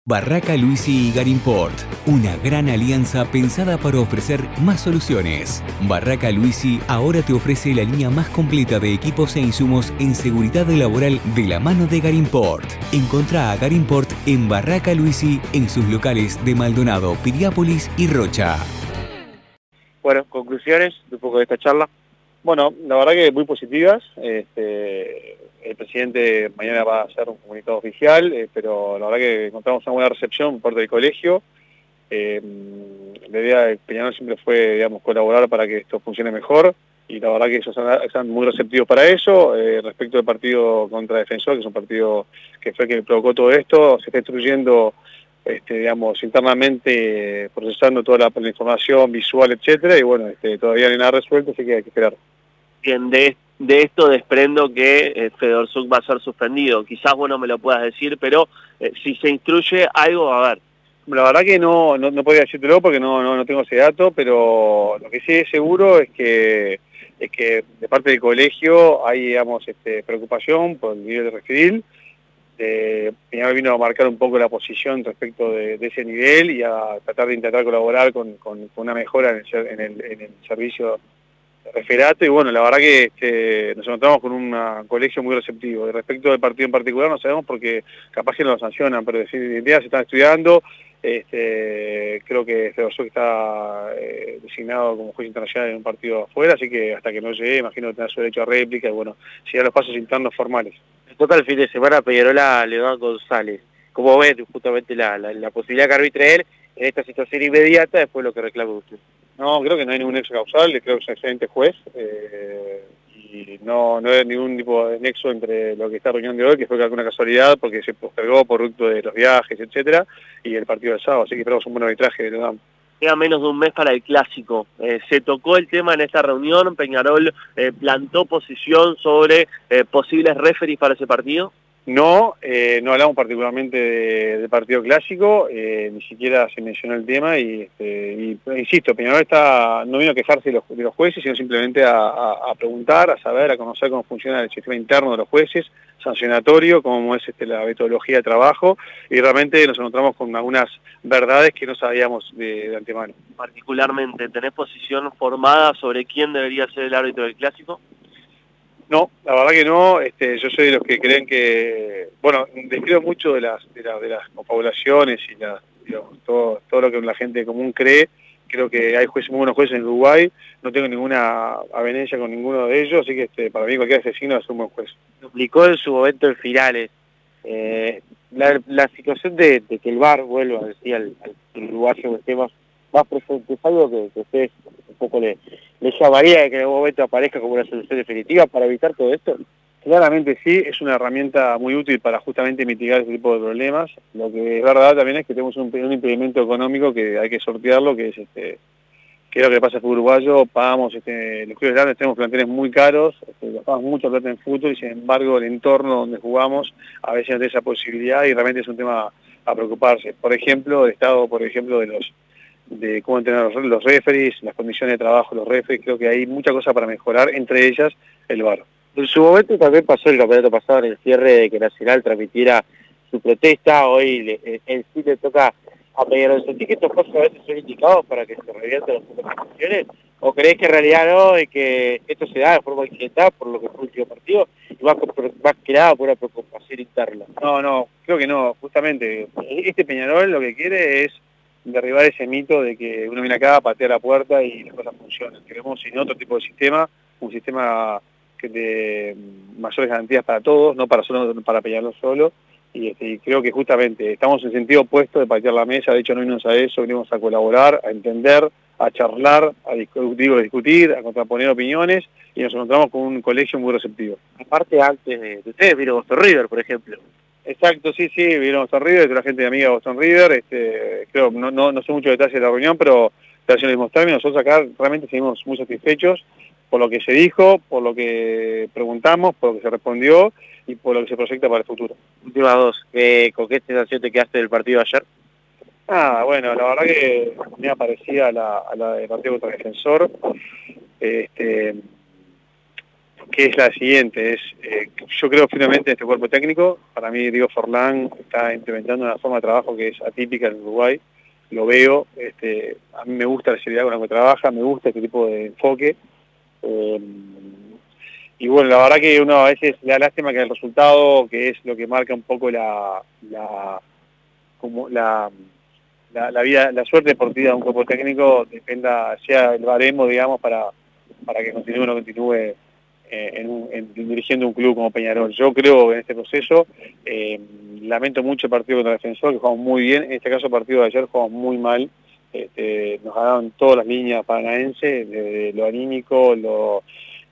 Barraca Luisi y Garimport, una gran alianza pensada para ofrecer más soluciones. Barraca Luisi ahora te ofrece la línea más completa de equipos e insumos en seguridad laboral de la mano de Garimport. Encontrá a Garimport en Barraca Luisi en sus locales de Maldonado, Piriápolis y Rocha. Bueno, conclusiones de un poco de esta charla. Bueno, la verdad que muy positivas. El presidente mañana va a hacer un comunicado oficial, pero la verdad que encontramos una buena recepción por parte del colegio. La idea de Peñarol siempre fue, digamos, colaborar para que esto funcione mejor, y la verdad que ellos están muy receptivos para eso. Respecto al partido contra Defensor, que es un partido que fue el que provocó todo esto, se está instruyendo, digamos, internamente, procesando toda la información visual, etcétera, y bueno, todavía no hay nada resuelto, así que hay que esperar. Bien, de esto desprendo que Fedorsuk va a ser suspendido. Quizás vos no me lo puedas decir, pero si se instruye algo, a ver. La verdad que no podría decírtelo porque no tengo ese dato, pero lo que sí es seguro es que de parte del colegio hay, digamos, preocupación por el nivel de refil. Peñarol vino a marcar un poco la posición respecto de ese nivel y a tratar de intentar colaborar con una mejora en el servicio de referato, y bueno, la verdad que nos encontramos con un colegio muy receptivo. Y respecto del partido en particular no sabemos porque capaz que no lo sancionan, pero definitivamente se están estudiando. Creo que Fedorsuk está designado como juez internacional en un partido afuera, así que hasta que no llegue, imagino que tendrá su derecho a réplica y bueno, seguirá los pasos internos formales. Toca el fin de semana a Peñarol a León González. ¿Cómo ves justamente la posibilidad que arbitre él en esta situación inmediata después de lo que reclama usted? No, creo que no hay ningún nexo causal, creo que es un excelente juez, y no hay ningún tipo de nexo entre lo que está reunión de hoy, que fue alguna casualidad porque se postergó por producto de los viajes, etcétera, y el partido del sábado, así que esperamos un buen arbitraje de León. Queda menos de un mes para el Clásico. Se tocó el tema en esta reunión, Peñarol plantó posición sobre posibles referees para ese partido. No hablamos particularmente de partido clásico, ni siquiera se mencionó el tema y insisto, Peñarol no vino a quejarse de los jueces, sino simplemente a preguntar, a saber, a conocer cómo funciona el sistema interno de los jueces, sancionatorio, cómo es la metodología de trabajo, y realmente nos encontramos con algunas verdades que no sabíamos de antemano. Particularmente, ¿tenés posición formada sobre quién debería ser el árbitro del Clásico? No, la verdad que no. Yo soy de los que creen que, bueno, describo mucho de las confabulaciones y digamos, todo lo que la gente común cree. Creo que hay muy buenos jueces en Uruguay, no tengo ninguna avenencia con ninguno de ellos, así que para mí cualquier asesino es un buen juez. Lo explicó en su momento en finales. La situación de que el VAR vuelva, decía, al uruguayo en temas más presente, es algo que ustedes un poco le llamaría de que en algún momento aparezca como una solución definitiva para evitar todo esto. Claramente sí, es una herramienta muy útil para justamente mitigar ese tipo de problemas. Lo que es verdad también es que tenemos un impedimento económico que hay que sortearlo, que es que es lo que pasa en el uruguayo. Pagamos, los clubes grandes tenemos planteles muy caros, gastamos mucha plata en fútbol y sin embargo el entorno donde jugamos a veces no tiene esa posibilidad y realmente es un tema a preocuparse. Por ejemplo, el estado, de cómo entrenar los referees, las condiciones de trabajo de los referees, creo que hay mucha cosa para mejorar, entre ellas el VAR. En su momento también pasó el campeonato pasado en el cierre de que Nacional transmitiera su protesta. Hoy en sí le toca a Peñarol. ¿Sentís que estos pasos a veces son indicados para que se reviertan las conversaciones? ¿O creés que en realidad no, y que esto se da de forma accidental por lo que fue el último partido y más que nada por una preocupación interna? No, creo que no. Justamente, Peñarol lo que quiere es derribar ese mito de que uno viene acá, patea la puerta y las cosas funcionan. Queremos sin otro tipo de sistema, un sistema que de mayores garantías para todos, no para Peñarol solo, y creo que justamente estamos en sentido opuesto de patear la mesa. De hecho no venimos a eso, venimos a colaborar, a entender, a charlar, a discutir, a contraponer opiniones, y nos encontramos con un colegio muy receptivo. Aparte, antes de ustedes vino Boston River, por ejemplo. Exacto, sí, vino Boston River, la gente amiga de Boston River, creo, no sé mucho detalles de la reunión, pero en los mismos términos, nosotros acá realmente seguimos muy satisfechos por lo que se dijo, por lo que preguntamos, por lo que se respondió y por lo que se proyecta para el futuro. Última dos, ¿con qué sensación te quedaste del partido de ayer? Bueno, la verdad que me parecía a la del partido contra el Defensor. que es la siguiente, yo creo firmemente en este cuerpo técnico. Para mí Diego Forlán está implementando una forma de trabajo que es atípica en Uruguay, lo veo, a mí me gusta la seriedad con la que trabaja, me gusta este tipo de enfoque, y bueno, la verdad que uno a veces le da lástima que el resultado, que es lo que marca un poco la vida, la suerte deportiva de un cuerpo técnico, dependa, sea el baremo, digamos, para que continúe o no continúe dirigiendo un club como Peñarol. Yo creo en este proceso, lamento mucho el partido contra el Defensor, que jugamos muy bien. En este caso el partido de ayer jugamos muy mal, nos ganaron todas las líneas paranaenses, desde lo anímico, lo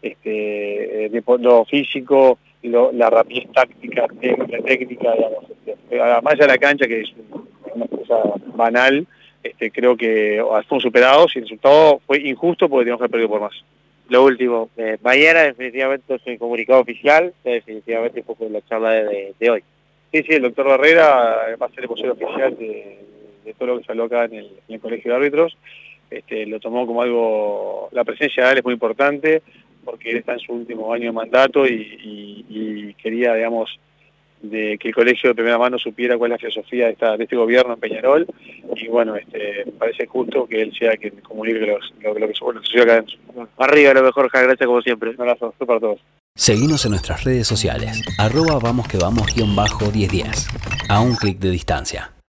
físico, la rapidez táctica, la técnica, digamos, además de la cancha, que es una cosa banal, creo que fueron superados y el resultado fue injusto porque teníamos que haber perdido por más. Lo último, mañana definitivamente es el comunicado oficial, definitivamente un poco de la charla de hoy. Sí, el doctor Barrera va a ser el vocero oficial de todo lo que se habló acá en el Colegio de Árbitros. Lo tomó como algo, la presencia de él es muy importante, porque él está en su último año de mandato y quería, digamos, de que el colegio de primera mano supiera cuál es la filosofía de este gobierno en Peñarol, y bueno, me parece justo que él sea quien comunique lo que sucedió acá adentro. Arriba, lo mejor, gracias como siempre. Un abrazo para todos. Seguinos en nuestras redes sociales, @vamosquevamos_1010, a un clic de distancia.